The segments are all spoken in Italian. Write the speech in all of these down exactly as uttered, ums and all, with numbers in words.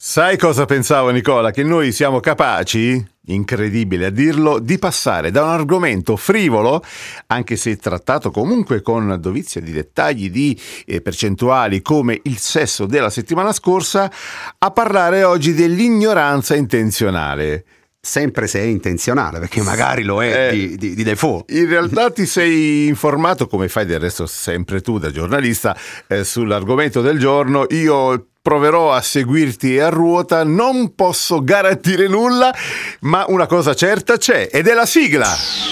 Sai cosa pensavo, Nicola? Che noi siamo capaci, incredibile a dirlo, di passare da un argomento frivolo, anche se trattato comunque con dovizia di dettagli, di eh, percentuali come il sesso della settimana scorsa, a parlare oggi dell'ignoranza intenzionale. Sempre se è intenzionale, perché magari lo è Eh, di, di, di default. In realtà ti sei informato, come fai del resto sempre tu da giornalista, eh, sull'argomento del giorno. Io proverò a seguirti a ruota, non posso garantire nulla, ma una cosa certa c'è, ed è la sigla.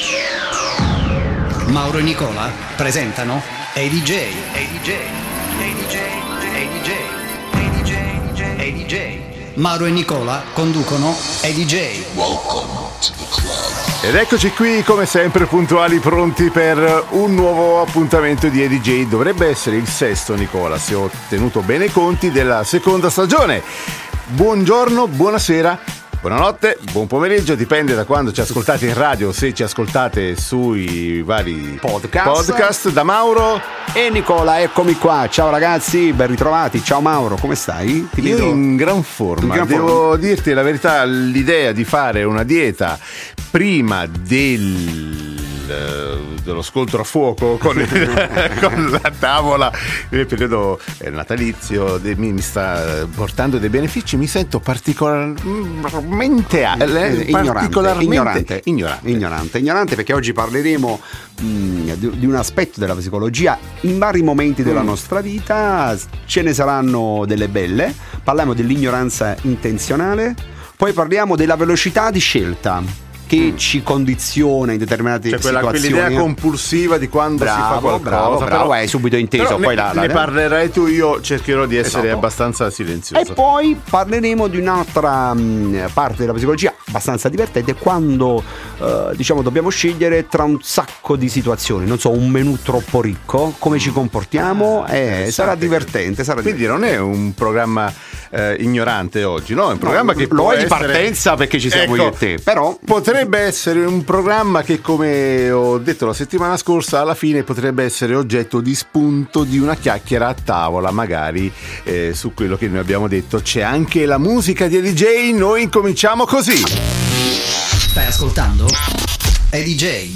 Mauro e Nicola presentano A D J, A D J, A D J, A D J, A D J, A D J. Mauro e Nicola conducono A D J. Ed eccoci qui, come sempre, puntuali, pronti per un nuovo appuntamento di A D J. Dovrebbe essere il sesto, Nicola, se ho tenuto bene i conti, della seconda stagione. Buongiorno, buonasera, buonanotte, buon pomeriggio, dipende da quando ci ascoltate in radio o se ci ascoltate sui vari Podcast. podcast. Da Mauro E Nicola, eccomi qua. Ciao ragazzi, ben ritrovati. Ciao Mauro, come stai? Ti io vedo in gran forma. in gran Devo forma. dirti la verità, l'idea di fare una dieta prima del dello scontro a fuoco con, il, con la tavola nel periodo eh, natalizio de, mi, mi sta portando dei benefici. Mi sento particolarmente eh, ignorante, particolarmente ignorante, ignorante. ignorante, ignorante, perché oggi parleremo mh, di, di un aspetto della psicologia in vari momenti della Mm. nostra vita. Ce ne saranno delle belle. Parliamo dell'ignoranza intenzionale, poi parliamo della velocità di scelta che ci condiziona in determinate Cioè quella, situazioni. quell'idea compulsiva di quando Bravo, si fa qualcosa. bravo, bravo, però, hai subito inteso. però Poi ne, la- la- ne parlerai tu, io cercherò di essere Esatto. abbastanza silenzioso. E poi parleremo di un'altra mh, parte della psicologia abbastanza divertente, quando eh, diciamo dobbiamo scegliere tra un sacco di situazioni, non so, un menù troppo ricco, come ci comportiamo. Ah, eh, interessante. sarà divertente, sarà Quindi divertente. non è un programma eh, ignorante oggi, no? È un programma No, che lo può è di essere... partenza, perché ci siamo Ecco, io e te, però potrebbe essere un programma che, come ho detto la settimana scorsa, alla fine potrebbe essere oggetto di spunto di una chiacchiera a tavola, magari eh, su quello che noi abbiamo detto. C'è anche la musica di A D J, noi incominciamo così. Stai ascoltando A D J.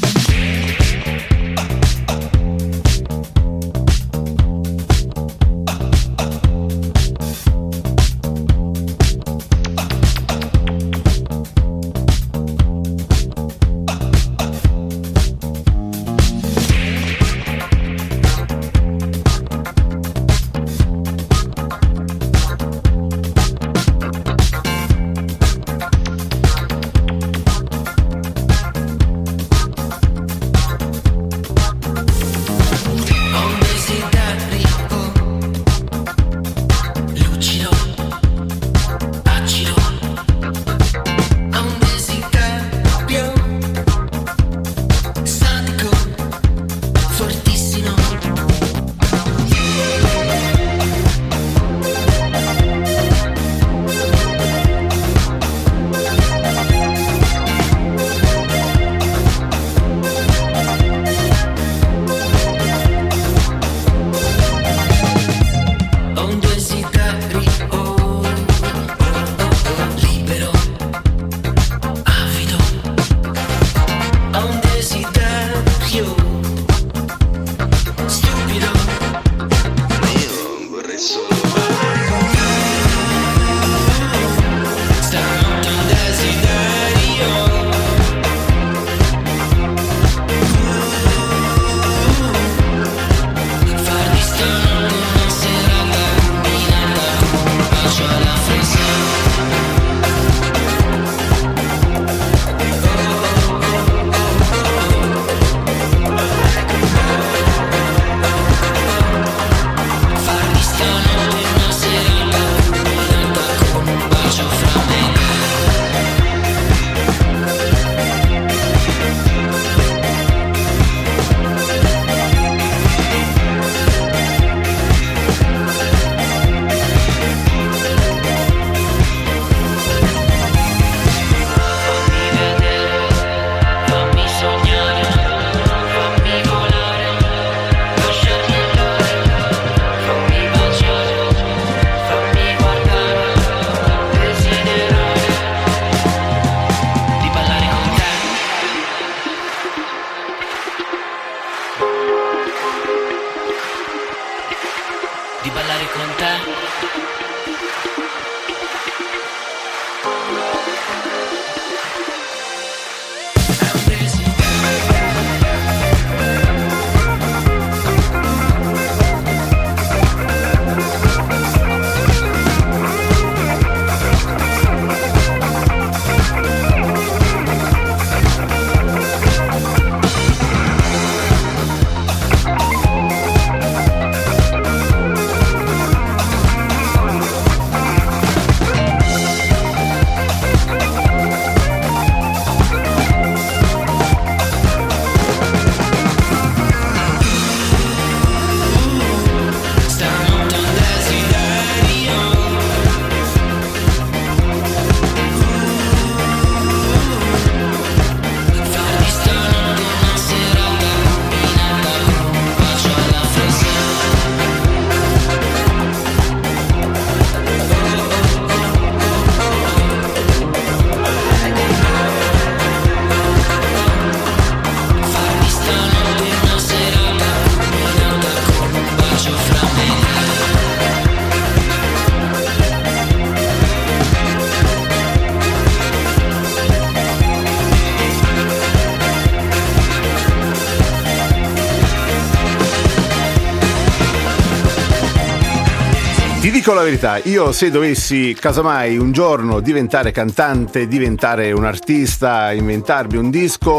Ti dico la verità, io se dovessi casomai un giorno diventare cantante, diventare un artista, inventarmi un disco,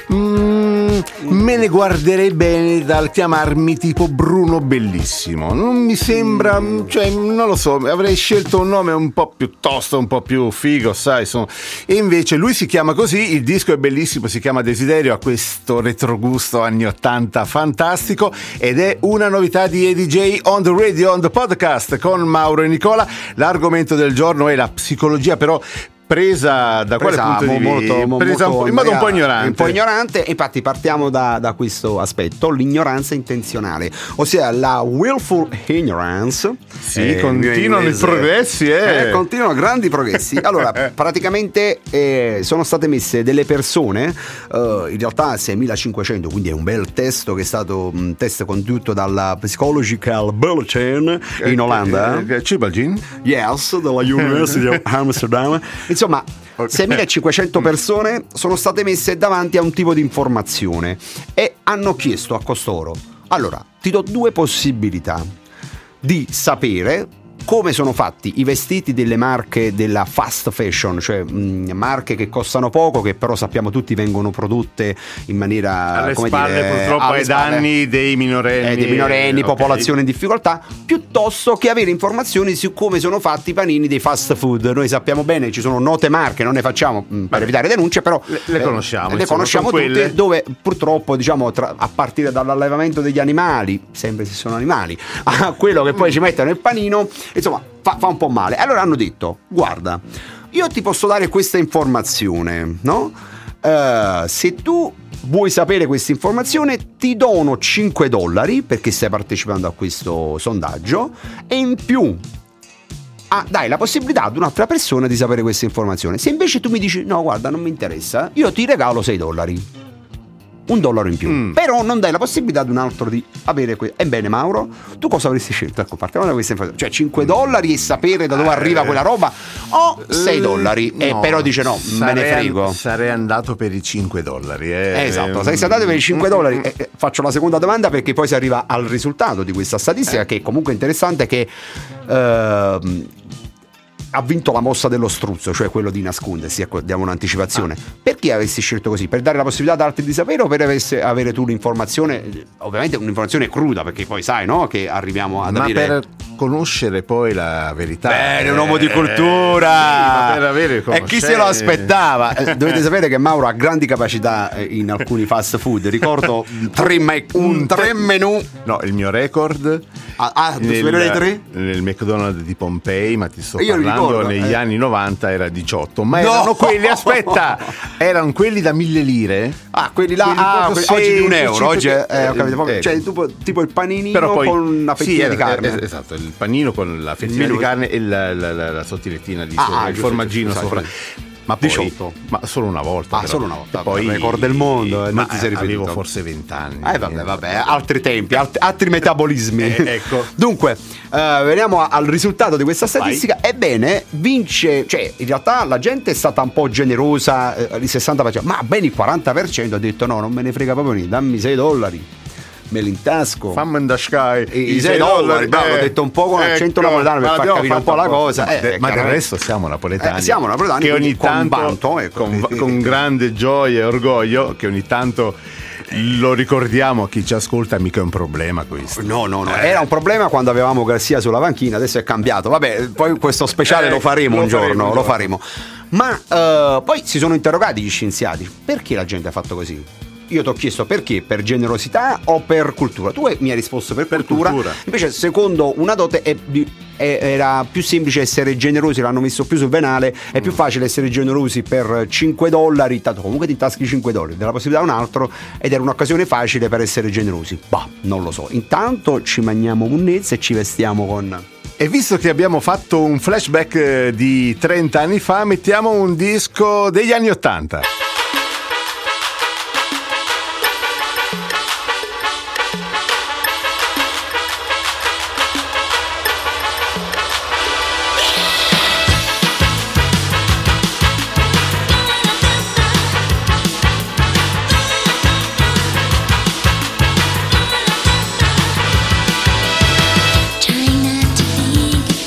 mm, me ne guarderei bene dal chiamarmi tipo Bruno Bellissimo. Non mi sembra, cioè non lo so, avrei scelto un nome un po' più tosto, un po' più figo, sai, sono... e invece lui si chiama così, il disco è bellissimo, si chiama Desiderio, ha questo retrogusto anni ottanta fantastico ed è una novità di E D J on the radio, on the podcast con Mauro e Nicola. L'argomento del giorno è la psicologia, però presa da quale Presa punto di vista? molto, Presa molto, in modo un po' ignorante. Un po' ignorante, infatti partiamo da, da questo aspetto, l'ignoranza intenzionale, ossia la willful ignorance. Sì, eh, continuano i progressi, eh. eh continuano grandi progressi. Allora, praticamente eh, sono state messe delle persone, eh, in realtà seimilacinquecento, quindi è un bel testo che è stato un test condotto dalla Psychological Bulletin in Olanda. Eh, eh, Cibalgin? Yes, della University of Amsterdam. Insomma, seimilacinquecento persone sono state messe davanti a un tipo di informazione e hanno chiesto a costoro: allora, ti do due possibilità di sapere come sono fatti i vestiti delle marche della fast fashion, cioè mh, marche che costano poco, che però sappiamo tutti vengono prodotte in maniera alle come spalle dire, purtroppo alle ai spalle, danni dei minorenni, eh, dei minorenni, okay. popolazione in difficoltà, piuttosto che avere informazioni su come sono fatti i panini dei fast food. Noi sappiamo bene, ci sono note marche, non ne facciamo mh, per evitare denunce, però le, le conosciamo, eh, le insomma, conosciamo tutte, quelle... dove purtroppo diciamo tra, a partire dall'allevamento degli animali, sempre se sono animali, a quello che poi ci mettono nel panino, insomma fa, fa un po' male. Allora hanno detto: guarda, io ti posso dare questa informazione, no? Uh, se tu vuoi sapere questa informazione ti dono cinque dollari perché stai partecipando a questo sondaggio, e in più ah, dai la possibilità ad un'altra persona di sapere questa informazione. Se invece tu mi dici no, guarda, non mi interessa, io ti regalo sei dollari, un dollaro in più, mm. però non dai la possibilità ad un altro di avere que- ebbene Mauro, tu cosa avresti scelto? Ecco, partiamo da questa informazione, cioè cinque dollari e sapere da dove arriva quella roba, o sei dollari e no, però dice no, me ne frego an- sarei andato per i cinque dollari, eh. esatto, sarei andato per i cinque dollari. E, e, faccio la seconda domanda perché poi si arriva al risultato di questa statistica, eh. che è comunque interessante, che uh, ha vinto la mossa dello struzzo, cioè quello di nascondersi. Ecco, diamo un'anticipazione. Ah. Perché avresti scelto così? Per dare la possibilità ad altri di sapere, o per avesse, avere tu l'informazione, ovviamente un'informazione cruda, perché poi sai, no, che arriviamo ad ma avere... per conoscere poi la verità. Bene, un uomo di cultura, eh, sì, per avere e chi se lo aspettava? Dovete sapere che Mauro ha grandi capacità in alcuni fast food. Ricordo tre, me- un, tre menù. No, il mio record ah, ah, nel, tre? nel McDonald's di Pompei, ma ti sto Io parlando ricordo, negli eh. anni novanta era diciotto, ma no! erano quelli, aspetta, erano quelli da mille lire. Ah, quelli là, quelli ah, quelli, oggi di un euro, cinque, oggi è, eh, ho capito, eh, cioè tipo, tipo il panino però poi, con una fettina sì, di carne. Es- esatto, il panino con la fettina di carne e la, la, la, la sottigliettina di ah, sopra, ah, il giusto, formaggino giusto, sopra. giusto. Ma poi, diciotto. Ma solo una volta. Ah, però. solo una volta. E poi il record del mondo, eh, ma non ti sei ripetuto. avevo forse vent'anni. Eh vabbè, vabbè, altri tempi, alt- altri metabolismi. Eh, ecco. Dunque, eh, veniamo a- al risultato di questa statistica. Vai. Ebbene, vince, cioè in realtà la gente è stata un po' generosa, eh, il sessanta per cento, ma ben il quaranta per cento ha detto no, non me ne frega proprio niente, dammi sei dollari. Me li intasco, fammi in the sky i, i sei dollari, bravo, l'ho detto un po' con accento ecco, napoletano per far capire un po' la cosa, ma, eh, ma del resto siamo napoletani, eh, siamo napoletani che ogni con tanto vanto, ecco. con, con grande gioia e orgoglio, che ogni tanto lo ricordiamo a chi ci ascolta. Mica è un problema questo. No, no, no. Era un problema quando avevamo Garcia sulla panchina, adesso è cambiato. Vabbè, poi questo speciale eh, lo faremo lo un giorno, faremo, lo faremo. Ma uh, poi si sono interrogati gli scienziati: perché la gente ha fatto così? Io ti ho chiesto perché, per generosità o per cultura? Tu mi hai risposto per, per cultura. cultura. Invece, secondo una dote, è, è, era più semplice essere generosi, l'hanno messo più sul venale. È mm. più facile essere generosi per cinque dollari, tanto comunque ti taschi cinque dollari, della possibilità a un altro, ed era un'occasione facile per essere generosi. Bah, non lo so. Intanto ci mangiamo munnezza e ci vestiamo con... E visto che abbiamo fatto un flashback di trenta anni fa, mettiamo un disco degli anni ottanta. Trying not to think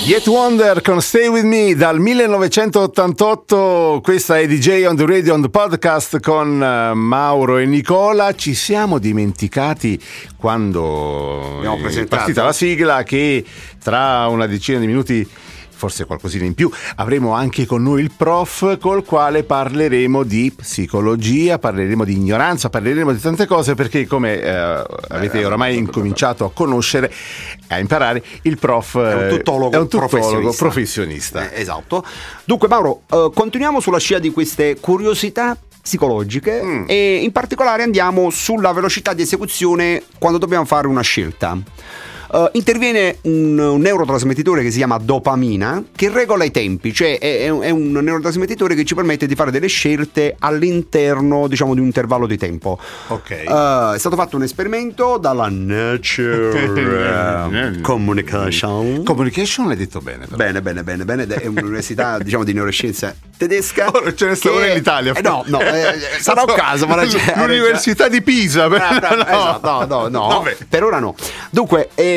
Yet Wonder con Stay With Me dal millenovecentottantotto, questa è D J on the Radio on the Podcast con uh, Mauro e Nicola. Ci siamo dimenticati quando abbiamo è partita la sigla che tra una decina di minuti, forse qualcosina in più, avremo anche con noi il prof col quale parleremo di psicologia, parleremo di ignoranza, parleremo di tante cose, perché come eh, avete oramai incominciato a conoscere, a imparare, il prof è un tuttologo, è un tuttologo professionista, professionista. Eh, esatto. Dunque Mauro, eh, continuiamo sulla scia di queste curiosità psicologiche mm. e in particolare andiamo sulla velocità di esecuzione quando dobbiamo fare una scelta. Uh, interviene un, un neurotrasmettitore che si chiama dopamina, che regola i tempi, cioè è, è un neurotrasmettitore che ci permette di fare delle scelte all'interno, diciamo, di un intervallo di tempo. Ok. Uh, è stato fatto un esperimento dalla Nature uh, Communication. Communication l'hai detto bene. Però. Bene, bene, bene, bene. È un'università, diciamo, di neuroscienza tedesca. Oh, ce ne sta una in Italia. Eh, no, no, eh, sarà un caso, ma l'università di Pisa. No, no, no, esatto, no, no, no. Per ora no. Dunque, eh,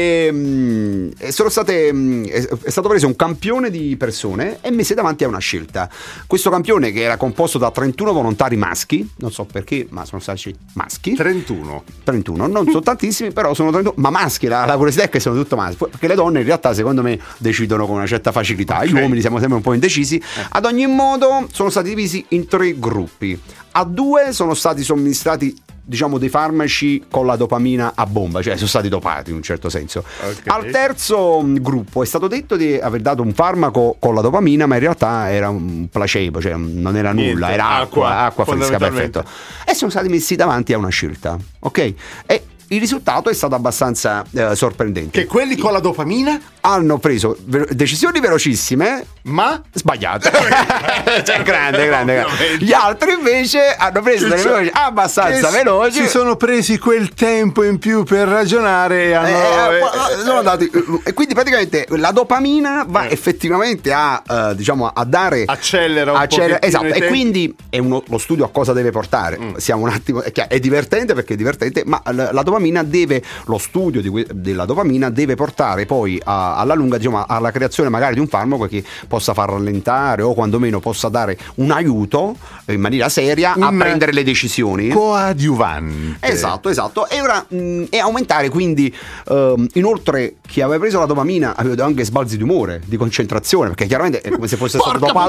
sono state è stato preso un campione di persone e messe davanti a una scelta. Questo campione, che era composto da trentuno volontari maschi, non so perché, ma sono stati maschi. trentuno trentuno, non sono tantissimi, però sono trentuno, ma maschi. La, la curiosità è che sono tutto maschi, perché le donne in realtà secondo me decidono con una certa facilità. Okay. Gli uomini siamo sempre un po' indecisi. Ad ogni modo sono stati divisi in tre gruppi. A due sono stati somministrati, diciamo, dei farmaci con la dopamina a bomba, cioè sono stati dopati in un certo senso. Okay. Al terzo gruppo è stato detto di aver dato un farmaco con la dopamina, ma in realtà era un placebo, cioè non era Niente, nulla, era acqua, acqua, acqua fresca, perfetto. E sono stati messi davanti a una scelta, ok? E il risultato è stato abbastanza eh, sorprendente. Che quelli con la dopamina hanno preso ve- decisioni velocissime, ma sbagliate. Cioè, grande, grande, grande. Gli altri invece hanno preso delle veloci abbastanza veloci. Si sono presi quel tempo in più per ragionare e hanno, eh, eh, sono andati, e quindi praticamente la dopamina va eh. effettivamente a uh, diciamo a dare accelera un accelera, esatto, e tempi. Quindi è uno, lo studio a cosa deve portare. Mm. Siamo un attimo, è, chiaro, è divertente perché è divertente, ma la, la dopamina deve lo studio di, della dopamina deve portare poi a, alla lunga, diciamo, alla creazione magari di un farmaco che possa far rallentare o quantomeno possa dare un aiuto in maniera seria un a prendere le decisioni. Coadiuvante. Esatto, esatto. E ora mh, e aumentare quindi um, inoltre chi aveva preso la dopamina aveva anche sbalzi di umore, di concentrazione, perché chiaramente è come se fosse stato dopato.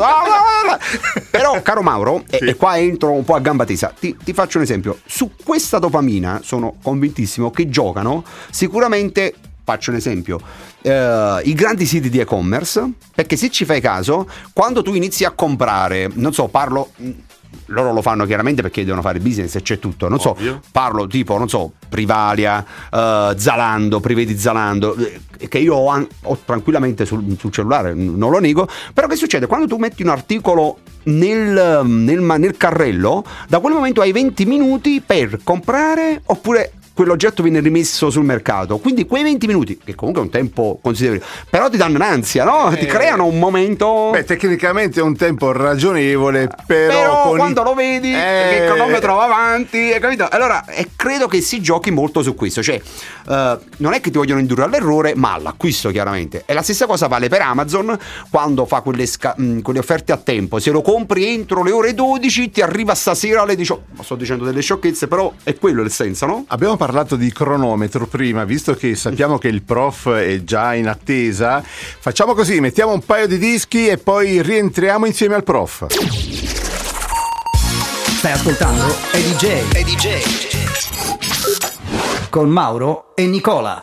Però caro Mauro, sì. e, e qua entro un po' a gamba tesa, ti, ti faccio un esempio. Su questa dopamina sono convintissimo che giocano sicuramente. Faccio un esempio, uh, i grandi siti di e-commerce, perché se ci fai caso, quando tu inizi a comprare, non so, parlo, loro lo fanno chiaramente perché devono fare business e c'è tutto, non Ovvio. so, parlo tipo, non so, Privalia, uh, Zalando, Privedi Zalando, che io ho, an- ho tranquillamente sul, sul cellulare, non lo nego, però che succede? Quando tu metti un articolo nel, nel, nel carrello, da quel momento hai venti minuti per comprare oppure quell'oggetto viene rimesso sul mercato, quindi quei venti minuti, che comunque è un tempo considerevole, però ti danno un'ansia, no? Eh, ti creano un momento. Beh, tecnicamente è un tempo ragionevole, però, però con quando i... lo vedi, eh... che il cronometro va avanti, hai capito? Allora, eh, credo che si giochi molto su questo, cioè uh, non è che ti vogliono indurre all'errore, ma all'acquisto chiaramente. E la stessa cosa vale per Amazon, quando fa quelle, sca- mh, quelle offerte a tempo, se lo compri entro le ore dodici, ti arriva stasera alle diciotto. Ma sto dicendo delle sciocchezze, però è quello il senso, no? Abbiamo parlato di cronometro prima, visto che sappiamo che il prof è già in attesa, facciamo così, mettiamo un paio di dischi e poi rientriamo insieme al prof. Stai ascoltando E D J, E D J con Mauro e Nicola.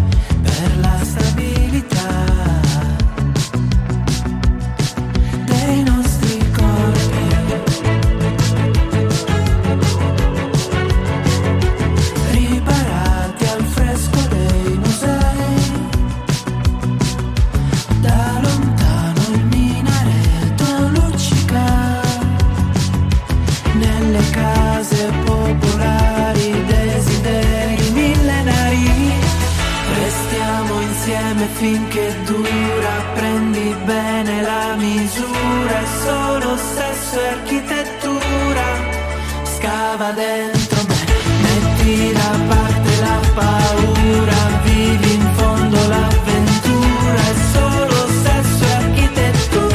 Per la stabilità misura, è solo sesso e architettura. Scava dentro me, metti da parte la paura, vivi in fondo l'avventura, è solo sesso e architettura.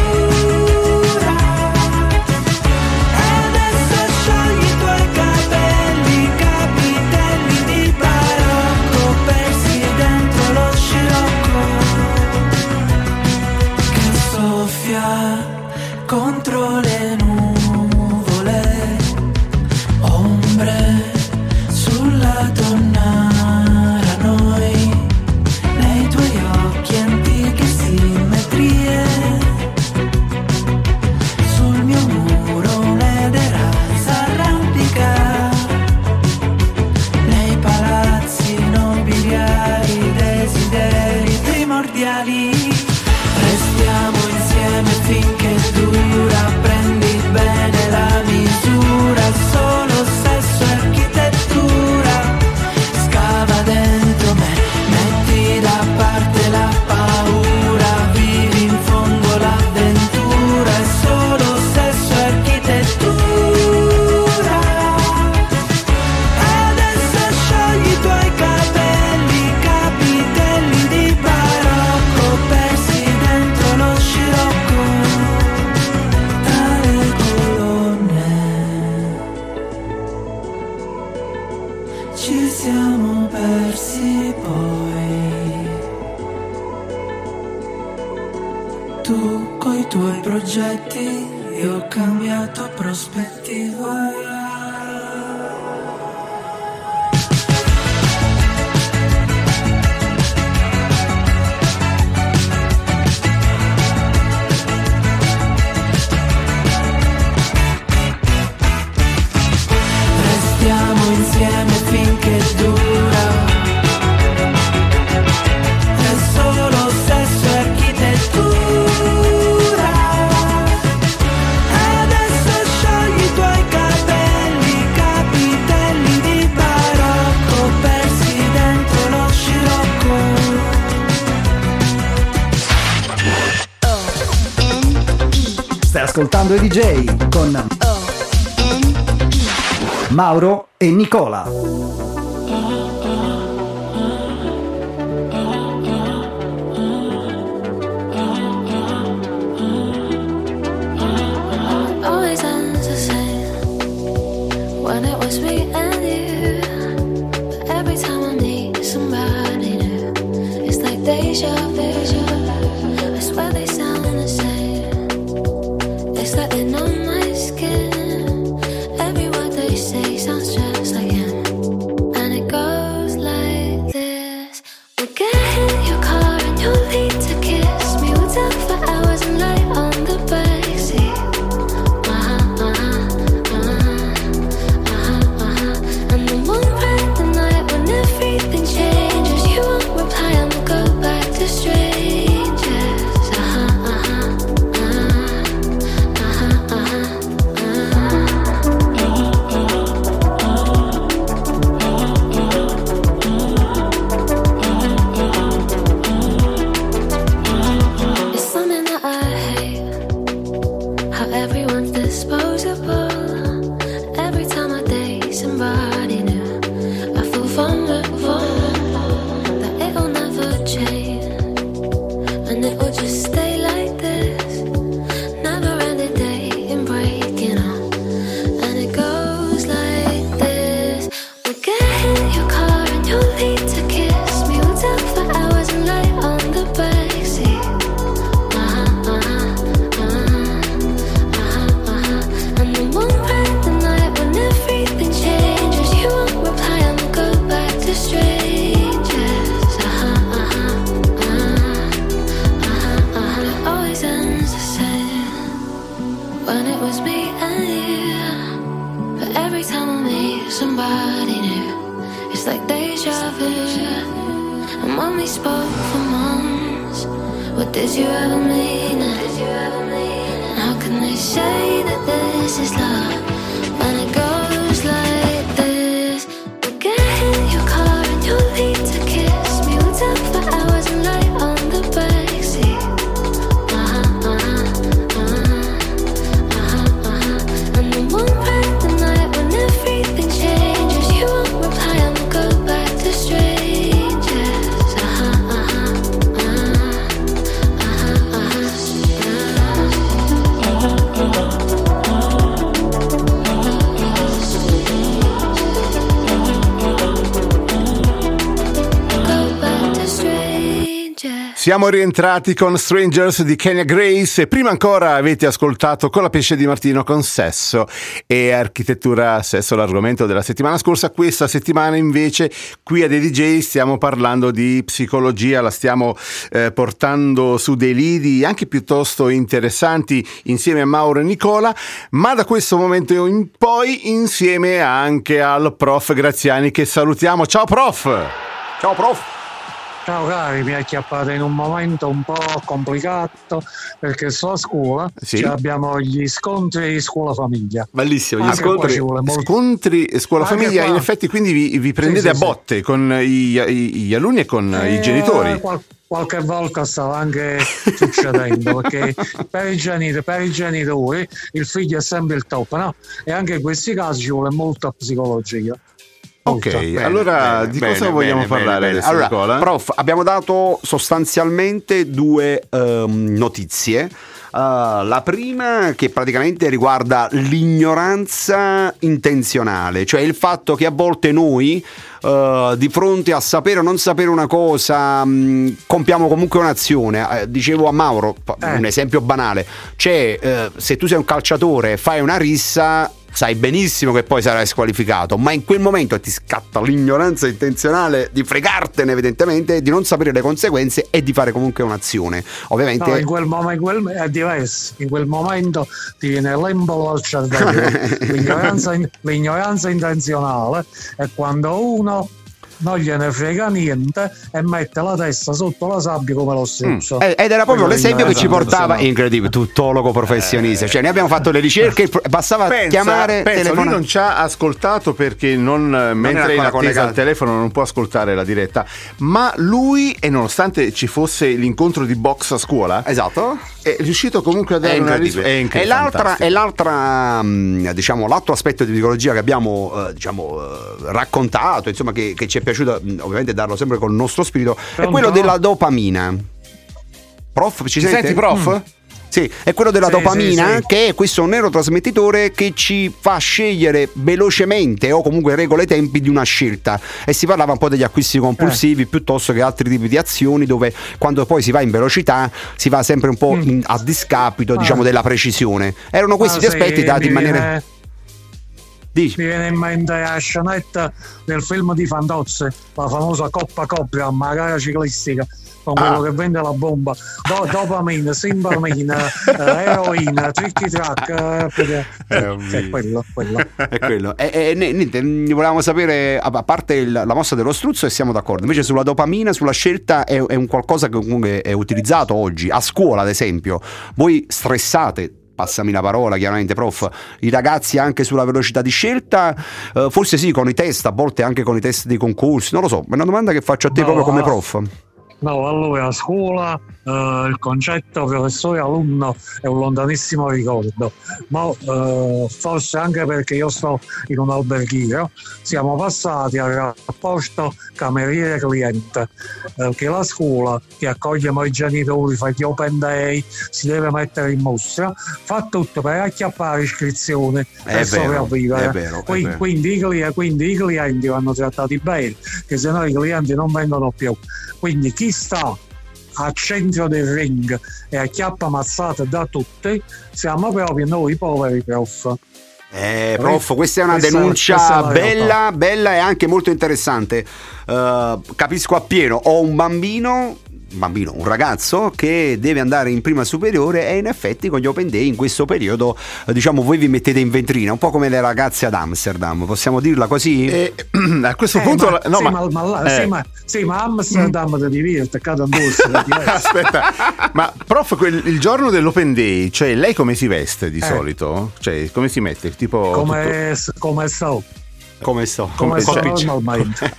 E adesso sciogli i tuoi capelli, capitelli di barocco, persi dentro lo scirocco che soffia contro le nuvole, ombre sulla tonnara, noi nei tuoi occhi antiche simmetrie, sul mio muro un'edera s'arrampica, nei palazzi nobiliari, desideri primordiali. Restiamo insieme finché dura, prendi bene la misura, solo sesso e architettura. Scava dentro me, metti da parte la paura, vivi in fondo l'avventura, è solo sesso e architettura. Adesso sciogli i tuoi capelli, capitelli di barocco, persi dentro lo scirocco tra le colonne. Ci siamo persi poi, tu coi tuoi progetti, io ho cambiato prospettiva. Restiamo insieme finché dura, è solo sesso e architettura. Adesso sciogli i tuoi capelli, capitelli di barocco, persi dentro lo scirocco. Stai ascoltando i D J con Mauro e Nicola. Always ends the same when it was me and you. But every time I need somebody new, it's like deja vu. I swear they sound the same. It's like they know my skin. Every word they say sounds just like him. And it goes like this. We'll get in your car and you'll need to kiss me. We'll talk for hours and lie on the backseat. Uh-huh, uh-huh, uh-huh, uh-huh, uh-huh. And then one bright the night when everything changes, you won't reply and we'll go back to strangers. Uh-huh, uh-huh, uh-huh, uh-huh, uh-huh. It's something that I hate, how everyone's disposable. Every time I date somebody new, I feel vulnerable, that it'll never change, and it will just stay like this. Never ending dating, breaking up, and it goes like this. We'll get in your car and you'll need to kiss me. We'll talk for hours and lie on the backseat. Uh-huh, uh-huh, uh-huh, uh-huh, uh-huh. And then one bright the night when everything changes, you won't reply and we'll go back to strangers. Uh-huh, uh-huh, uh-huh, uh-huh, uh-huh. It always ends the same when it was me and you. But every time I meet somebody new, it's like deja vu. And when we spoke for months, what did you ever mean? And how can they say that this is love when it goes like this? We'll get in your car and you'll need to kiss me. We'll talk for hours and lie on the backseat. Uh-huh, uh-huh, uh-huh. Siamo rientrati con Strangers di Kenya Grace e prima ancora avete ascoltato Con la pesce di Martino con Sesso e Architettura Sesso, l'argomento della settimana scorsa. Questa settimana invece qui a D J stiamo parlando di psicologia, la stiamo eh, portando su dei lidi anche piuttosto interessanti insieme a Mauro e Nicola, ma da questo momento in poi insieme anche al prof Graziani, che salutiamo. Ciao prof! Ciao prof! Ciao cari, mi acchiappate in un momento un po' complicato perché sto a scuola, sì. Cioè abbiamo gli scontri scuola-famiglia. Bellissimo, gli Anche scontri, molto... scontri scuola-famiglia, in effetti quindi vi, vi prendete sì, sì, a botte sì. con i, i, gli alunni e con eh, i genitori. Qual- qualche volta stava anche succedendo perché per i, genitori, per i genitori il figlio è sempre il top, no? E anche in questi casi ci vuole molta psicologia. Ok, bene, allora bene, di bene, cosa vogliamo bene, parlare bene, adesso, allora, Nicola? Prof, abbiamo dato sostanzialmente due um, notizie. Uh, la prima che praticamente riguarda l'ignoranza intenzionale, cioè il fatto che a volte noi uh, di fronte a sapere o non sapere una cosa mh, compiamo comunque un'azione. Uh, dicevo a Mauro, eh. un esempio banale, cioè uh, se tu sei un calciatore e fai una rissa, sai benissimo che poi sarai squalificato, ma in quel momento ti scatta l'ignoranza intenzionale di fregartene evidentemente, di non sapere le conseguenze e di fare comunque un'azione. Ovviamente no, in quel momento quel, è diverso, in quel momento ti viene l'embolo al cervello. l'ignoranza, l'ignoranza intenzionale è quando uno non gliene frega niente e mette la testa sotto la sabbia come lo struzzo. Mm. Ed era proprio Quello l'esempio che ci portava, no. incredibile, tuttologo professionista, cioè ne abbiamo fatto le ricerche, bastava pensa, chiamare, pensa, telefonare. lui non ci ha ascoltato perché non, non mentre è in attesa collegato al telefono non può ascoltare la diretta, ma lui, e nonostante ci fosse l'incontro di box a scuola, esatto, è riuscito comunque a dare è una incredibile. risposta. E l'altra, e l'altra diciamo, l'altro aspetto di psicologia che abbiamo eh, diciamo, eh, raccontato, insomma, che, che ci è piaciuto ovviamente darlo sempre col nostro spirito, Pronto? è quello della dopamina. Prof, ci, Ci sente? senti, prof? Mm. Sì, è quello della Sì, dopamina, sì, sì. che è questo neurotrasmettitore che ci fa scegliere velocemente o comunque regola i tempi di una scelta. E si parlava un po' degli acquisti compulsivi eh. piuttosto che altri tipi di azioni, dove quando poi si va in velocità si va sempre un po' in, a discapito, ah. diciamo, della precisione. Erano questi gli ah, aspetti sì, dati in maniera... Viene... Dici. Mi viene in mente la scenetta del film di Fantozzi, la famosa Coppa Coppa, ma gara ciclistica, con quello ah. che vende la bomba, Do- dopamina, simbamina, eh, eroina, tricky track, eh, eh, è quello, quello. È quello. E, e niente, volevamo sapere, a parte il, la mossa dello struzzo, e siamo d'accordo. Invece sulla dopamina, sulla scelta, è, è un qualcosa che comunque è utilizzato oggi a scuola, ad esempio. Voi stressate, passami la parola chiaramente, prof, i ragazzi anche sulla velocità di scelta? Uh, forse sì, con i test, a volte anche con i test dei concorsi, non lo so, è una domanda che faccio a te no, proprio come prof. No, allora a scuola eh, il concetto professore-alunno è un lontanissimo ricordo, ma eh, forse anche perché io sto in un alberghiero siamo passati al rapporto cameriere-cliente, eh, che la scuola che accoglie i genitori, fa gli open day, si deve mettere in mostra, fa tutto per acchiappare iscrizioni per sopravvivere. È vero, è quindi, vero. Quindi, i clienti, quindi i clienti vanno trattati bene, che se no i clienti non vengono più. Quindi chi sta al centro del ring e acchiappa mazzate da tutti siamo proprio noi poveri prof. Eh, prof, questa è una questa, denuncia questa è bella, bella e anche molto interessante. Uh, capisco appieno. Ho un bambino, un bambino, un ragazzo che deve andare in prima superiore e in effetti con gli open day in questo periodo, eh, diciamo, voi vi mettete in vetrina, un po' come le ragazze ad Amsterdam, possiamo dirla così? Eh, a questo eh, punto ma, no, sì, ma, ma, ma, eh. sì, ma, sì, ma Amsterdam ti diverte, cade addosso. Aspetta, ma prof, quel, il giorno dell'open day, cioè lei come si veste di eh. solito? Cioè come si mette? Tipo come, tutto... come sto? Come sto? Come sto cioè, normalmente.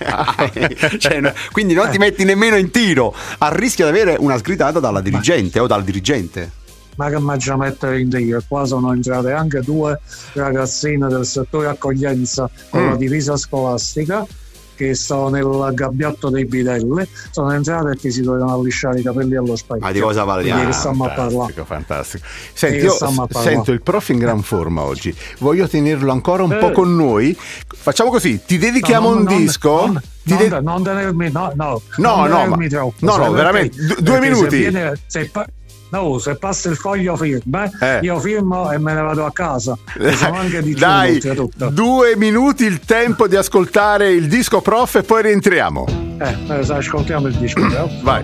Cioè, no, quindi non ti metti nemmeno in tiro, a rischio di avere una sgridata dalla dirigente o dal dirigente. Ma che mangia mettere in tiro? Qua sono entrate anche due ragazzine del settore accoglienza con mm. la divisa scolastica che stavo nel gabbiotto dei bidelli, sono entrato e ti si dovevano allisciare i capelli allo specchio. Ma di cosa parliamo? Che stiamo a parlare. Fantastico, fantastico. Senti, io sento il prof in gran forma oggi, voglio tenerlo ancora un Eh. po' con noi. Facciamo così, ti dedichiamo No, un non- non- disco. Non, Ti non, de- non tenermi, no, no, No, non no, tenermi ma- troppo, no, sai no, perché? veramente, du- due Perché minuti. Se viene, se pa- no, se passa il foglio firma, Eh. io firmo e me ne vado a casa. E sono anche di giù, Dai, oltretutto. due minuti il tempo di ascoltare il disco prof e poi rientriamo. Eh, eh, ascoltiamo il disco. eh. Vai.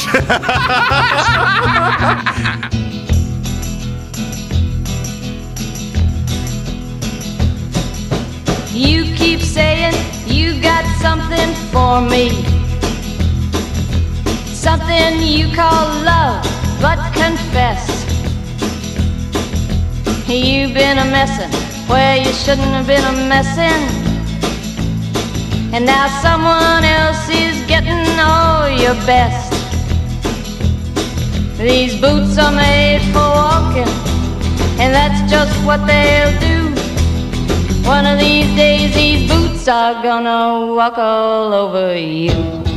You keep saying you got something for me, something you call love, but confess you've been a messin' where you shouldn't have been a messin', and now someone else is getting all your best. These boots are made for walking, and that's just what they'll do. One of these days these boots are gonna walk all over you.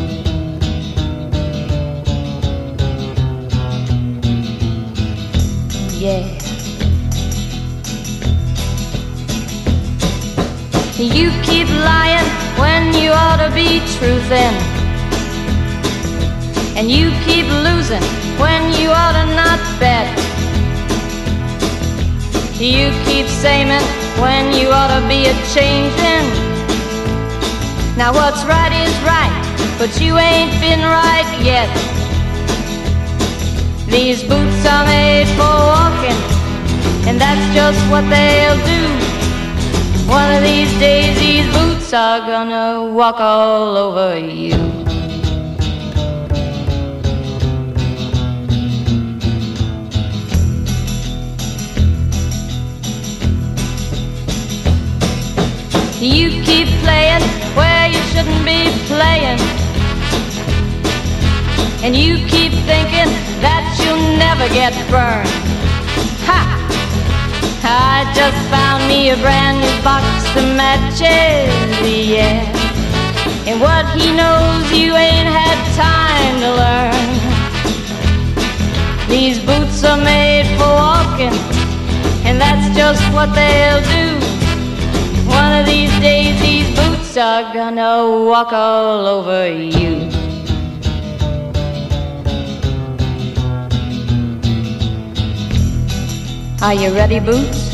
Yeah. You keep lying when you ought to be truthin', and you keep losing when you ought to not bet. You keep saying when you ought to be a changing. Now what's right is right, but you ain't been right yet. These boots are made for walking, and that's just what they'll do. One of these days these boots are gonna walk all over you. You keep playing where you shouldn't be playing, and you keep thinking that you'll never get burned. Ha! I just found me a brand new box of matches, yeah. And what he knows you ain't had time to learn. These boots are made for walking, and that's just what they'll do. One of these days these boots are gonna walk all over you. Are you ready, Boots?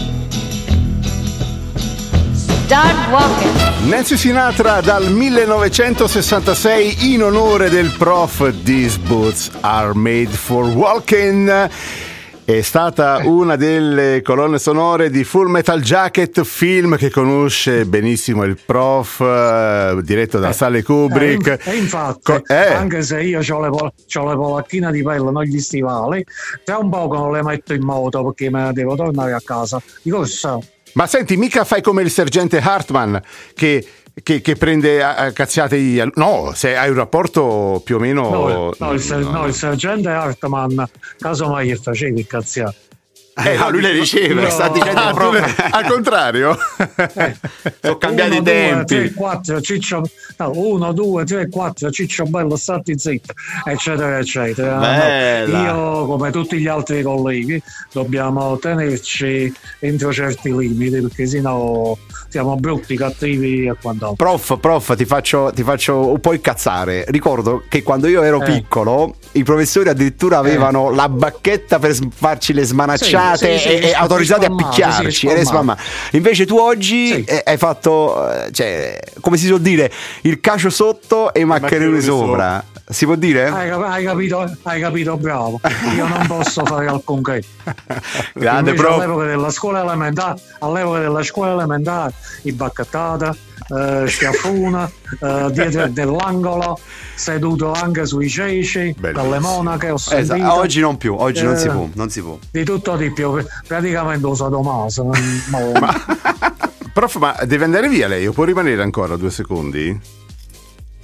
Start walking. Nancy Sinatra dal millenovecentosessantasei in onore del prof. These boots are made for walking. È stata una delle colonne sonore di Full Metal Jacket, film che conosce benissimo il prof, eh, diretto da Stanley Kubrick. E infatti, Co- eh. anche se io ho le, pol- c'ho le polacchine di pelle, non gli stivali, tra un po' non le metto in moto perché me ne devo tornare a casa. Io so. Ma senti, mica fai come il sergente Hartman che, che, che prende a, a cazziate gli al- no, se hai un rapporto più o meno No, no, il, ser- no, il sergente Hartman, casomai gli facevi il cazziato. Eh, no, lui le riceve, No. sta dicendo Ah, tu proprio. le- al contrario. Sono cambiati uno, i tempi. due, tre, quattro, ciccio, no, uno, due, tre, quattro, ciccio bello, stati zitto, eccetera, eccetera. Bella. No, io, come tutti gli altri colleghi, dobbiamo tenerci entro certi limiti, perché sennò siamo brutti, cattivi e quant'altro. Prof, prof, ti faccio, ti faccio un po' incazzare. Ricordo che quando io ero Eh. piccolo, i professori addirittura avevano la bacchetta per s- farci le smanacciate Sì, sì, sì, e, e sì, autorizzati a spalmate, picchiarci. sì, e le spalmate. spalmate. Invece tu oggi Sì. eh, hai fatto, eh, cioè, come si suol dire, il cacio sotto e i maccheroni maccheroni sopra. Si può dire? Hai, cap- hai capito, hai capito, bravo. Io non posso fare alcunché. Grande Invece prof. all'epoca della scuola elementare, all'epoca della scuola elementare, i bacchettata, eh, schiaffuna, eh, dietro dell'angolo, seduto anche sui ceci, Bellissimo. dalle monache, ho sentito. Esatto, oggi non più, oggi non si Eh, può, non si può. Di tutto di più, praticamente uso Tommaso. Prof, ma deve andare via lei o può rimanere ancora due secondi?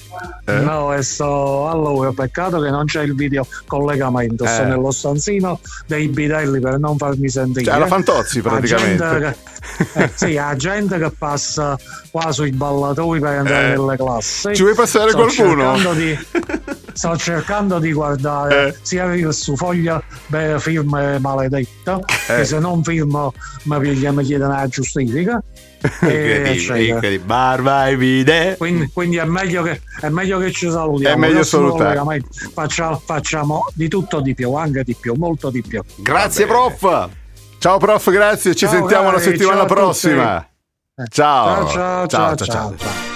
Eh? No, e sto allora, peccato che non c'è il video collegamento, sto Eh. nello stanzino dei bidelli per non farmi sentire. Cioè, alla Fantozzi La praticamente. gente che, eh, sì, la gente che passa qua sui ballatori per entrare Eh. nelle classi. Ci vuoi passare Sto qualcuno? cercando di, sto cercando di guardare Eh. sia su foglia beh, firme maledetta, Eh. che se non firmo mi piglia- mi chiedono la giustifica. e Incredibile, eccetera. incredibile. Barba e vide. Quindi, quindi è, meglio che, è meglio che ci salutiamo. È meglio Prossimo salutare. collegamento Facciamo, facciamo di tutto di più, anche di più, molto di più. Grazie, Va bene. prof. Ciao prof, grazie, ci Ciao, sentiamo la cari, settimana ciao a tutti. prossima. Eh. Ciao. Ciao, ciao, ciao, ciao, ciao.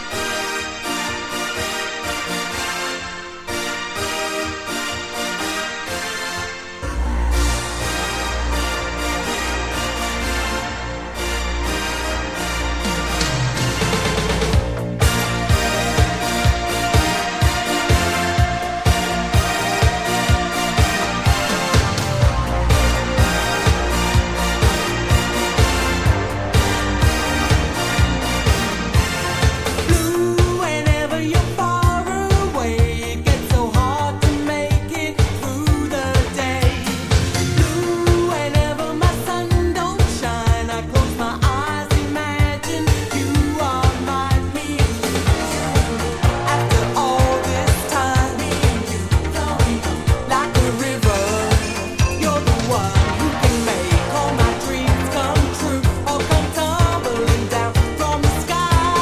Whenever you're far away, it gets so hard to make it through the day. Blue, whenever my sun don't shine, I close my eyes, imagine you are mine. Me and you, after all this time, me and you, flowing like a river. You're the one who can make all my dreams come true, or come tumbling down from the sky.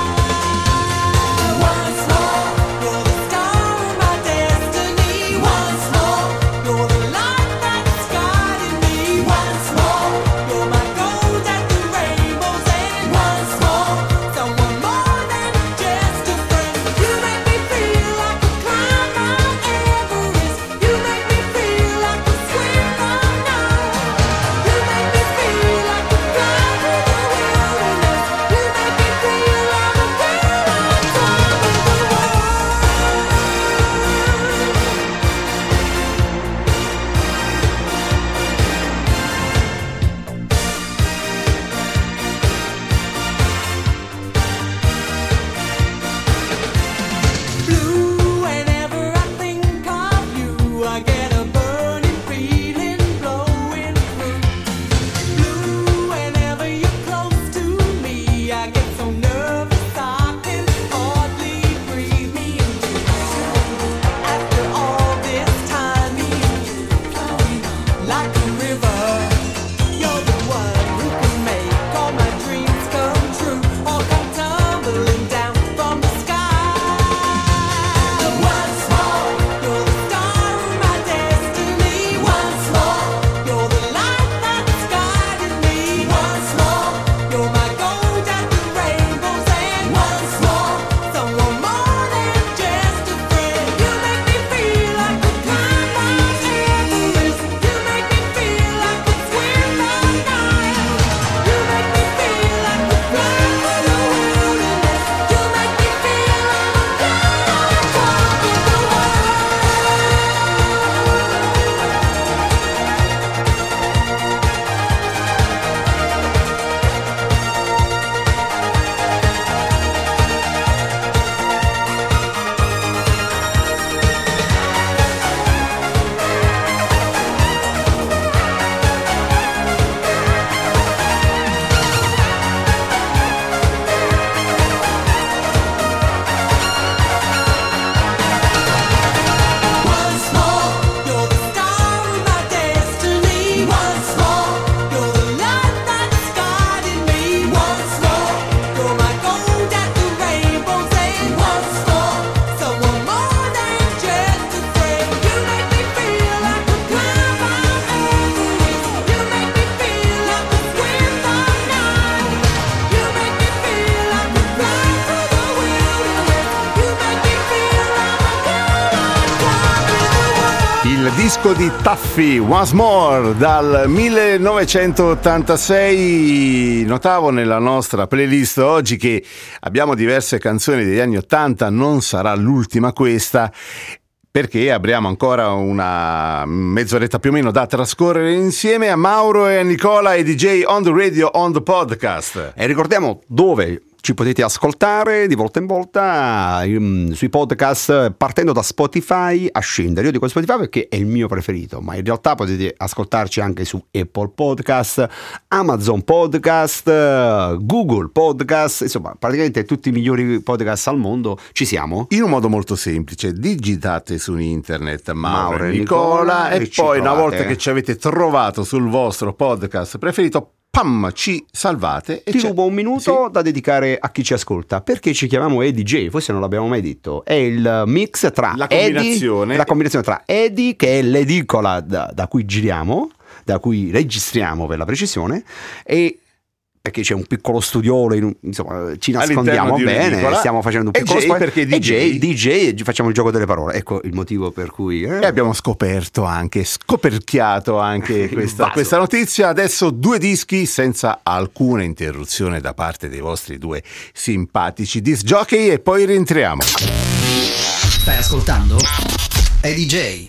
Once more, you're the star of my destiny. Once more, you're the light that's guiding me. Once more, you're my gold at the rainbow's end. Once more, someone more than just a friend. You make me feel like a climb Mount Everest. You make me feel like a swim from now. You make me feel like a fly through the wilderness. You make me feel like a girl on top of the world. Blue, whenever I think of you, I get a burning feeling blowing through. Blue, whenever you're close to me, I get so nervous I can hardly breathe. Me and you, after all this time, me and you, flowing like a river. You're the one who can make all my dreams come true, or come tumbling down from the sky. Once more, you're the star of my destiny. Once more, you're the light that's guiding me. Once more, you're my gold at the rainbow's end. Once more, someone more than just a friend. You make me feel like a climb Mount Everest. You make me feel like a swim from Nile. You make me feel like a fly through the wilderness. You make me feel like a girl on top of the world. Once more, you're the star of my destiny. Once more, you're the light that's guiding me. Once more, you're my gold at the rainbow's end. Once more, someone more than just a friend. You make me feel like a climb Mount Everest. You make me feel like a swim from Nile. You make me feel like a fly through the wilderness. You make me feel like a girl on top of the world. Il disco di Taffy, Once More, dal millenovecentottantasei. Notavo nella nostra playlist oggi che abbiamo diverse canzoni degli anni ottanta, non sarà l'ultima questa, perché abbiamo ancora una mezz'oretta più o meno da trascorrere insieme a Mauro e a Nicola e D J on the radio, on the podcast. E ricordiamo dove ci potete ascoltare di volta in volta um, sui podcast, partendo da Spotify a scendere. Io dico Spotify perché è il mio preferito, ma in realtà potete ascoltarci anche su Apple Podcast, Amazon Podcast, Google Podcast, insomma praticamente tutti i migliori podcast al mondo ci siamo. In un modo molto semplice, digitate su internet Mauro, Mauro e e Nicola, Nicola e e ci poi una trovate. volta che ci avete trovato sul vostro podcast preferito, pam, ci salvate e Ti c'è- rubo un minuto da dedicare a chi ci ascolta. Perché ci chiamiamo E D J? Forse non l'abbiamo mai detto. È il mix tra La Eddie- combinazione. la combinazione tra Eddie, che è l'edicola da, da cui giriamo, da cui registriamo per la precisione, e perché c'è un piccolo studiolo, in un- insomma ci nascondiamo All'interno di bene, un'edicola. stiamo facendo un E piccolo J spoiler. perché E D J. J, D J, e facciamo il gioco delle parole. Ecco il motivo per cui eh, E abbiamo scoperto anche, scoperchiato anche questa, vaso. questa notizia. Adesso due dischi senza alcuna interruzione da parte dei vostri due simpatici disc jockey e poi rientriamo. Stai ascoltando? E D J.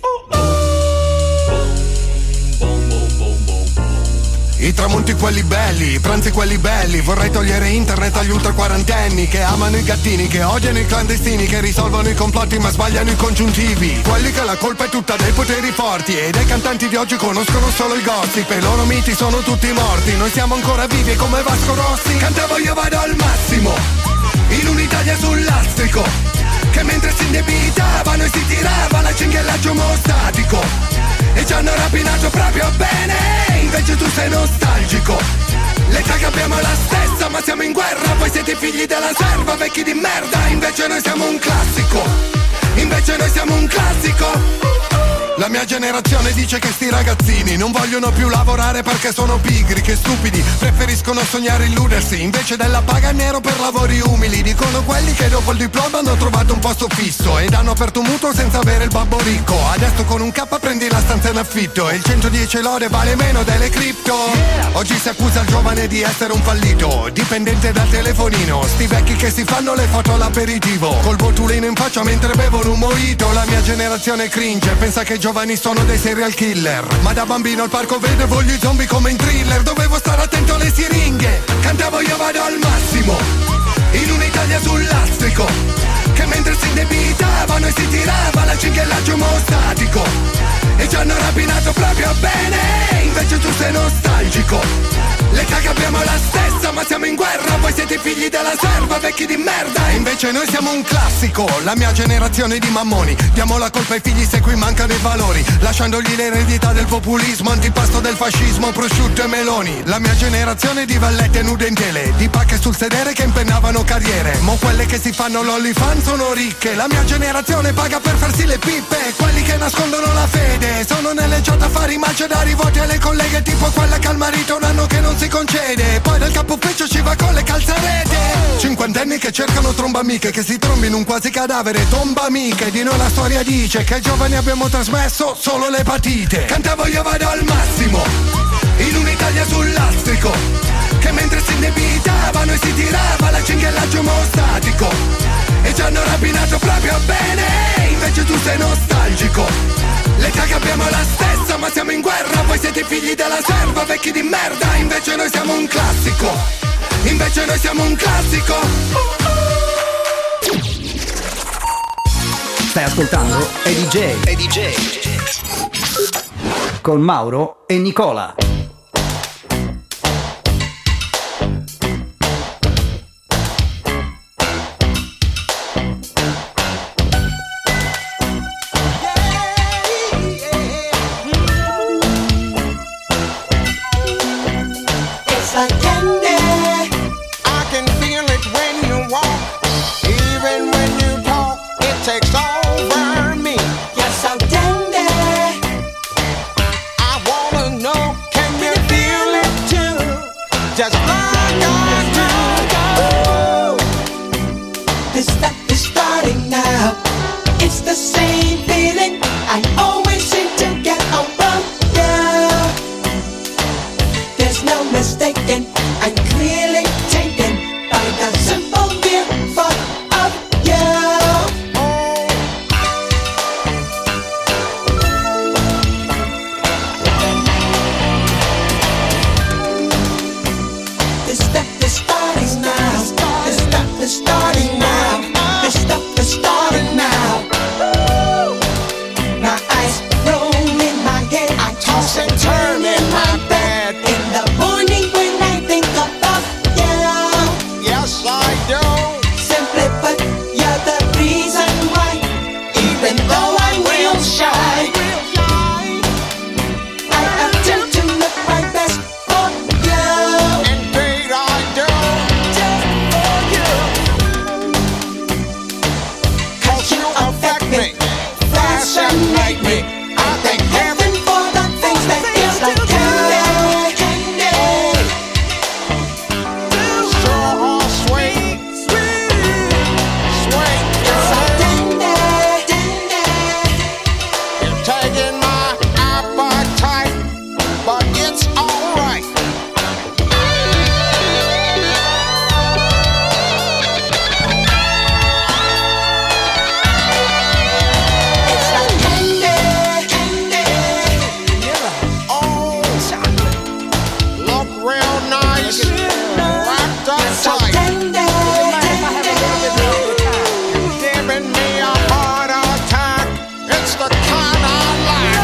I tramonti quelli belli, i pranzi quelli belli. Vorrei togliere internet agli ultra quarantenni che amano i gattini, che odiano i clandestini, che risolvono i complotti ma sbagliano i congiuntivi. Quelli che la colpa è tutta dei poteri forti e dei cantanti di oggi conoscono solo il gossip e i loro miti sono tutti morti. Noi siamo ancora vivi come Vasco Rossi. Cantavo io vado al massimo, in un'Italia sul lastrico, che mentre si indebitavano e si tirava la cinghiallaggio omostatico. E ci hanno rapinato proprio bene, invece tu sei nostalgico. L'età che abbiamo è la stessa, ma siamo in guerra. Voi siete figli della serva, vecchi di merda. Invece noi siamo un classico. Invece noi siamo un classico. La mia generazione dice che sti ragazzini non vogliono più lavorare perché sono pigri, che stupidi, preferiscono sognare e illudersi invece della paga in nero per lavori umili. Dicono quelli che dopo il diploma hanno trovato un posto fisso ed hanno aperto un mutuo senza avere il babbo ricco. Adesso con un K prendi la stanza in affitto e il centodieci lode vale meno delle cripto. Oggi si accusa il giovane di essere un fallito, dipendente dal telefonino. Sti vecchi che si fanno le foto all'aperitivo, col botulino in faccia mentre bevono un mojito. La mia generazione cringe, pensa che i giovani sono dei serial killer, ma da bambino al parco vedevo gli zombie come in thriller. Dovevo stare attento alle siringhe, cantavo io vado al massimo, in un'Italia sul lastrico, che mentre si indebitavano e si tirava la cinghiallaggio omostatico. E ci hanno rapinato proprio bene, invece tu sei nostalgico. L'età che abbiamo è la stessa, ma siamo in guerra. Voi siete figli della serva, vecchi di merda. Invece noi siamo un classico, la mia generazione di mammoni. Diamo la colpa ai figli se qui mancano i valori, lasciandogli l'eredità del populismo, antipasto del fascismo, prosciutto e meloni. La mia generazione di vallette nude in tele, di pacche sul sedere che impennavano carriere. Mo quelle che si fanno l'OnlyFans sono ricche. La mia generazione paga per farsi le pippe. Quelli che nascondono la fede sono nelle chat a fare i malci da rivoti alle colleghe, tipo quella che al marito un anno che non si concede, poi dal capo ufficio ci va con le calzarete. Cinquantenni che cercano trombamiche, che si trombino un quasi cadavere. Tomba amiche, di noi la storia dice che ai giovani abbiamo trasmesso solo l'epatite. Cantavo io vado al massimo, in un'Italia sul lastrico, che mentre si indebitavano e si tirava la cinghiallaggio omostatico. E ci hanno rapinato proprio bene, invece tu sei nostalgico. L'età che abbiamo è la stessa, ma siamo in guerra. Voi siete figli della serva, vecchi di merda. Invece noi siamo un classico. Invece noi siamo un classico. Stai ascoltando E D J. E D J. Con Mauro e Nicola. It's like candy. I can feel it when you walk, even when you talk. It takes over me. You're so dandy. I wanna know, can you feel it too? Just like I do. This stuff is starting now. It's the same feeling I always seem to get around you. There's no mistaking, I'm clearly taken by the simple mere thought of you. This stuff is starting now. This wrapped up tight. Giving me a heart attack. It's the kind I like.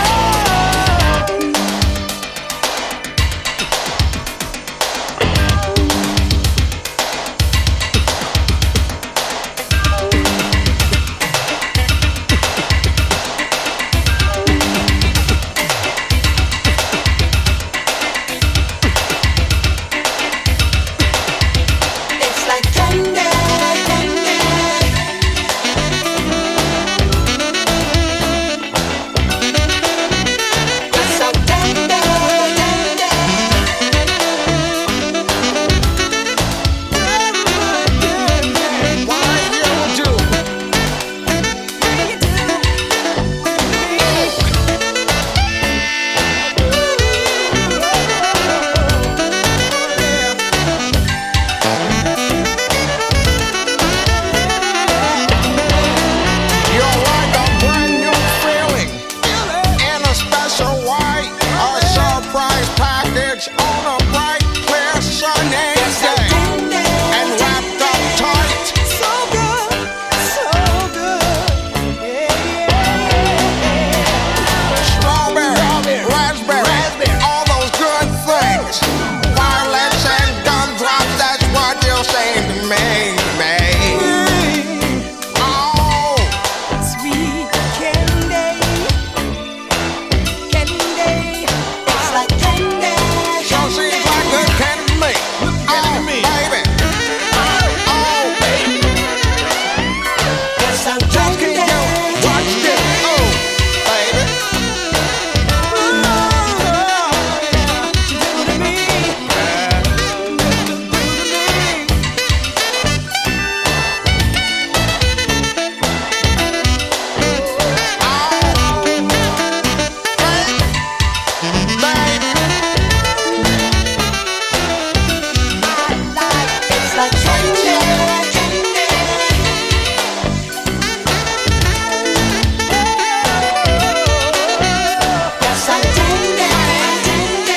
It's like candy, candy. It's so tender, tender. Why you do? You're like a brand new feeling in a special way. A surprise package on a bright, clear, sunny day. And wrapped up tight. So good, so good. Strawberry, raspberry, all those good things. Violets and gumdrops, that's what you're saying to me, me. Oh, sweet candy, candy. It's like candy. Sure seems like good candy to me. Oh, baby. Oh, baby. It's so just can you watch this? Oh, baby. You do to me. It's like candy, candy. It's like candy, candy.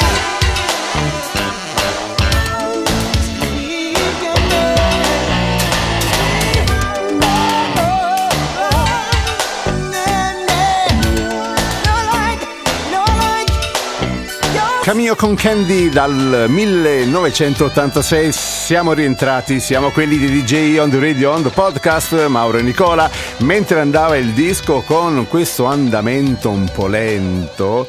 Cameo con Candy dal millenovecentottantasei, siamo rientrati, siamo quelli di D J on the Radio on the podcast, Mauro e Nicola. Mentre andava il disco con questo andamento un po' lento,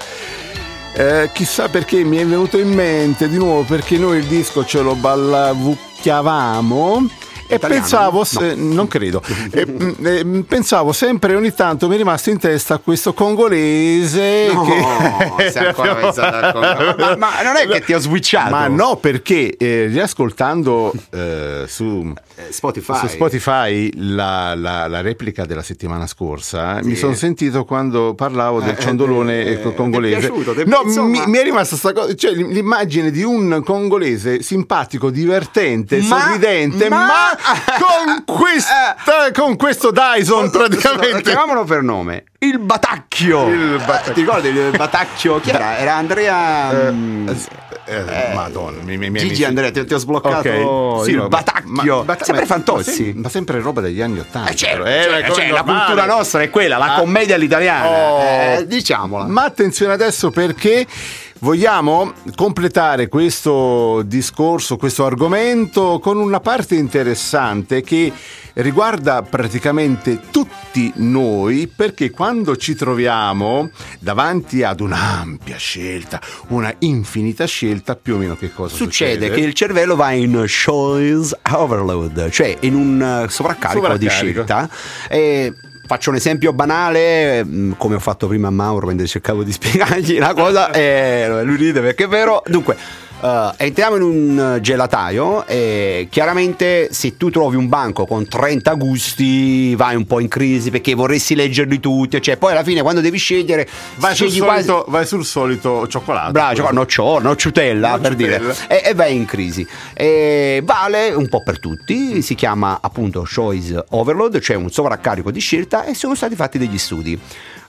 eh, chissà perché mi è venuto in mente di nuovo, perché noi il disco ce lo ballavucchiavamo e Italiano? pensavo, se- non credo, e, mm, e, pensavo sempre, ogni tanto mi è rimasto in testa questo congolese No, che sei ancora pensato al Congo. ma, ma non è che ti ho switchato. ma no, perché eh, riascoltando eh, su, Eh, Spotify. su Spotify la, la- la replica della settimana scorsa, eh, mi sono sentito quando parlavo del Eh, ciondolone eh, eh, eh, congolese. ti è piaciuto? Ti è- No, insomma- mi, mi è rimasta sta cosa, cioè l'immagine di un congolese simpatico, divertente, Ma- sorridente, ma, ma- con, questa, con questo Dyson praticamente. Chiamiamolo per nome. Il Batacchio. Il Batacchio. Ti ricordi il Batacchio? Chi era? Era Andrea. mm, Eh, Madonna, mi, mi, mi, Gigi mi- Andrea, ti, ti ho sbloccato Ok, sì, il ma- Batacchio. ma- Sempre ma- Fantozzi. Ma, sem- ma sempre roba degli anni Ottanta. Eh, certo, però, eh, cioè, ma come cioè, la normale. cultura nostra è quella, la Ah. commedia all'italiana. Oh. Eh, diciamola. Ma attenzione adesso, perché vogliamo completare questo discorso, questo argomento con una parte interessante che riguarda praticamente tutti noi, perché quando ci troviamo davanti ad un'ampia scelta, una infinita scelta, più o meno che cosa succede? Succede che il cervello va in choice overload, cioè in un eh, sovraccarico, di Sovraccarico. scelta. E faccio un esempio banale, mh, come ho fatto prima a Mauro mentre cercavo di spiegargli la cosa, e lui ride perché è vero. Dunque, eh, entriamo in un gelataio e chiaramente se tu trovi un banco con trenta gusti vai un po' in crisi perché vorresti leggerli tutti, cioè poi alla fine quando devi scegliere Vai sul, scegli quasi- solito, vai sul solito cioccolato. Bravo, cioè, noccio, nocciutella per Nocciutella. dire, e, e vai in crisi. E vale un po' per tutti, si chiama appunto choice overload, cioè un sovraccarico di scelta, e sono stati fatti degli studi.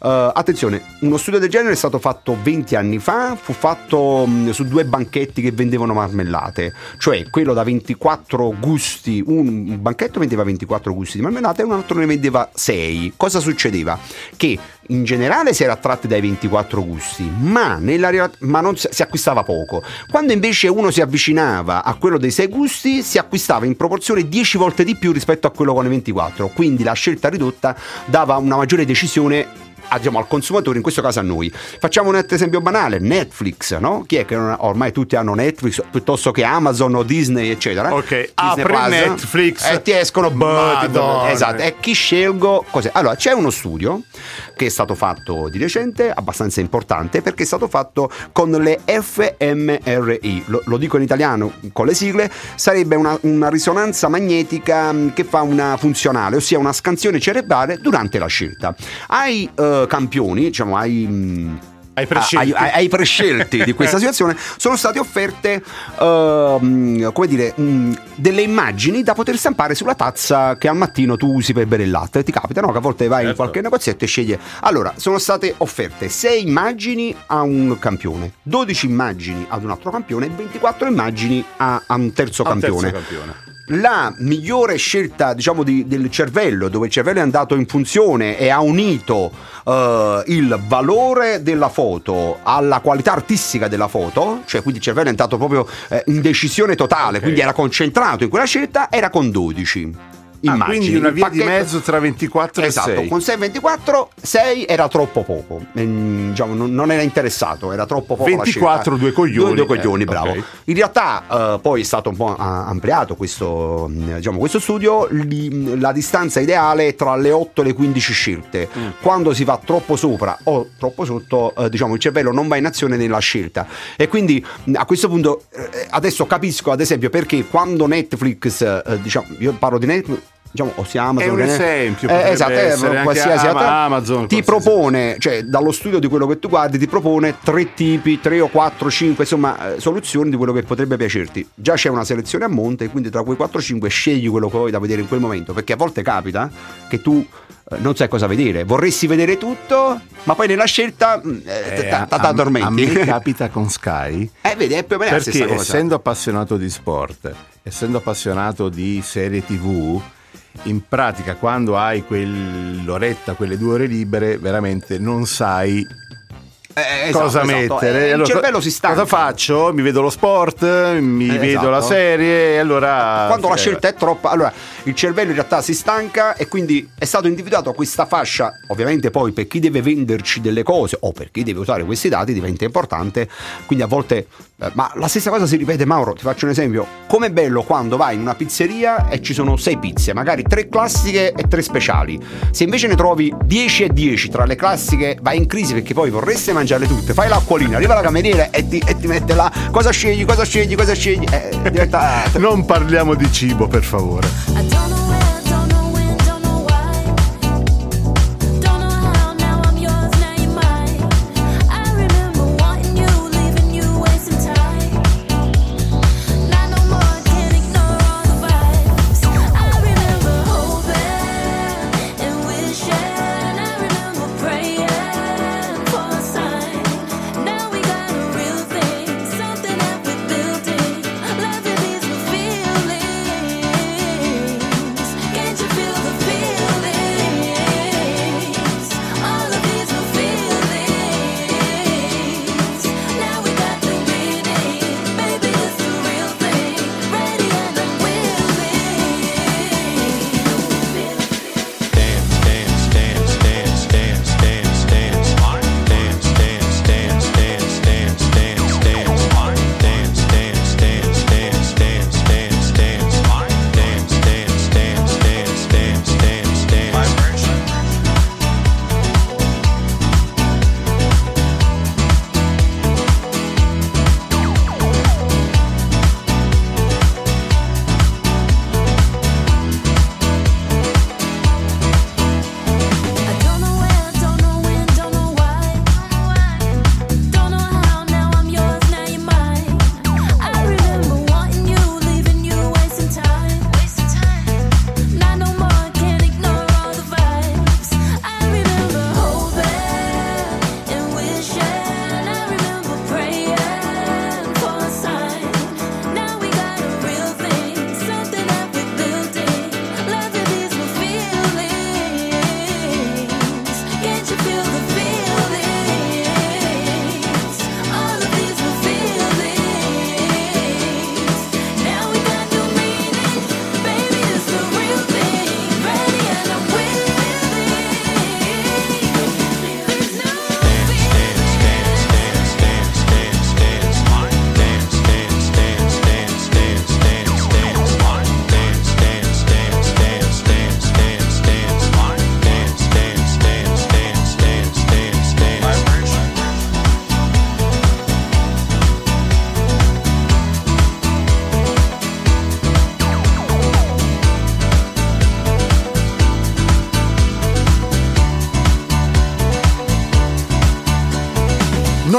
Uh, attenzione, uno studio del genere è stato fatto venti anni fa, fu fatto mh, su due banchetti che vendevano marmellate, cioè quello da ventiquattro gusti, un banchetto vendeva ventiquattro gusti di marmellata e un altro ne vendeva sei. Cosa succedeva? Che in generale si era attratti dai ventiquattro gusti, ma, nella, ma non si, si acquistava poco. Quando invece uno si avvicinava a quello dei sei gusti, si acquistava in proporzione dieci volte di più rispetto a quello con i ventiquattro, quindi la scelta ridotta dava una maggiore decisione, diciamo, al consumatore, in questo caso a noi. Facciamo un altro esempio banale: Netflix, no? Chi è che non ha, ormai tutti hanno Netflix piuttosto che Amazon o Disney, eccetera. Ok, Disney apri Plus, Netflix e ti escono Madonna. esatto. E chi scelgo? Cos'è? Allora, c'è uno studio che è stato fatto di recente, abbastanza importante, perché è stato fatto con le F M R I. Lo, lo dico in italiano con le sigle: sarebbe una, una risonanza magnetica che fa una funzionale, ossia una scansione cerebrale durante la scelta. Hai uh, campioni, diciamo, ai, mh, ai prescelti, ai, ai prescelti di questa situazione sono state offerte uh, come dire mh, delle immagini da poter stampare sulla tazza che al mattino tu usi per bere il latte. Ti capita, no? Che a volte vai certo. in qualche negozietto e scegli. Allora, sono state offerte sei immagini a un campione, dodici immagini ad un altro campione e ventiquattro immagini a, a un terzo a campione. terzo campione. La migliore scelta, diciamo, di, del cervello, dove il cervello è andato in funzione e ha unito uh, il valore della foto alla qualità artistica della foto, cioè quindi il cervello è andato proprio eh, in decisione totale, okay. Quindi era concentrato in quella scelta, era con dodici. Ah, quindi una via di mezzo tra ventiquattro esatto, e sei. Con sei e ventiquattro, sei era troppo poco, ehm, diciamo, non, non era interessato, era troppo poco ventiquattro, la due coglioni. Due, due coglioni, eh, bravo. Okay. In realtà eh, poi è stato un po' ampliato questo, diciamo, questo studio. Li, la distanza ideale è tra le otto e le quindici scelte. Mm. Quando si va troppo sopra o troppo sotto, eh, diciamo, il cervello non va in azione nella scelta. E quindi a questo punto eh, adesso capisco, ad esempio, perché quando Netflix, eh, diciamo, io parlo di Netflix, diciamo, ossia Amazon, è un esempio, eh, esatto, essere qualsiasi Ama- altra, Amazon ti qualsiasi. propone, cioè dallo studio di quello che tu guardi, ti propone tre tipi, tre o quattro, cinque, insomma, eh, soluzioni di quello che potrebbe piacerti. Già c'è una selezione a monte, quindi tra quei quattro cinque scegli quello che vuoi da vedere in quel momento, perché a volte capita che tu eh, non sai cosa vedere, vorresti vedere tutto, ma poi nella scelta eh, eh, t'addormenti. A me capita con Sky. Eh, vedi, è più o meno la perché stessa cosa. Essendo appassionato di sport, essendo appassionato di serie tivù, in pratica quando hai quell'oretta, quelle due ore libere, veramente non sai eh, esatto, cosa esatto. mettere. Eh, allora, il cervello si stanca. Cosa faccio? Mi vedo lo sport, mi eh, vedo esatto. la serie, e allora quando la eh, scelta è troppa, allora il cervello in realtà si stanca, e quindi è stato individuato a questa fascia. Ovviamente poi per chi deve venderci delle cose o per chi deve usare questi dati diventa importante, quindi a volte eh, ma la stessa cosa si ripete, Mauro. Ti faccio un esempio: com'è bello quando vai in una pizzeria e ci sono sei pizze, magari tre classiche e tre speciali. Se invece ne trovi dieci e dieci tra le classiche, vai in crisi, perché poi vorresti mangiarle tutte, fai l'acquolina, arriva la cameriera e ti, e ti mette là, cosa scegli, cosa scegli, cosa scegli, eh, diventa... Non parliamo di cibo, per favore.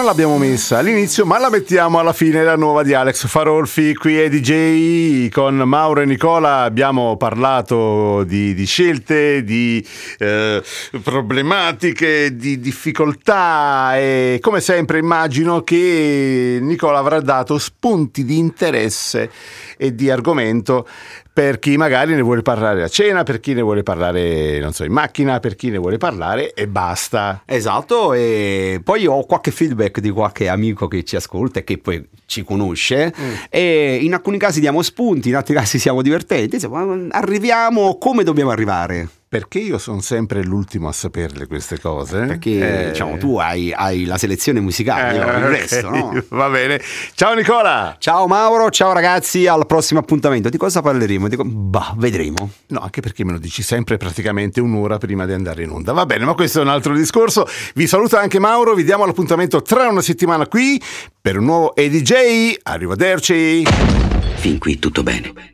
non l'abbiamo messa all'inizio, ma la mettiamo alla fine, la nuova di Alex Farolfi. Qui è D J con Mauro e Nicola. Abbiamo parlato di, di scelte, di eh, problematiche, di difficoltà e come sempre immagino che Nicola avrà dato spunti di interesse e di argomento per chi magari ne vuole parlare a cena, per chi ne vuole parlare, non so, in macchina, per chi ne vuole parlare e basta. Esatto, e poi ho qualche feedback di qualche amico che ci ascolta e che poi ci conosce mm. e in alcuni casi diamo spunti, in altri casi siamo divertenti, insomma, arriviamo come dobbiamo arrivare. Perché io sono sempre l'ultimo a saperle queste cose. Perché eh... diciamo tu hai, hai la selezione musicale, eh, io ho il okay. resto, no? Va bene. Ciao Nicola. Ciao Mauro, ciao ragazzi, al prossimo appuntamento. Di cosa parleremo? Dico, bah, vedremo. No, anche perché me lo dici sempre praticamente un'ora prima di andare in onda. Va bene, ma questo è un altro discorso. Vi saluta anche Mauro, vi diamo l'appuntamento tra una settimana qui per un nuovo E D J. Arrivederci. Fin qui tutto bene.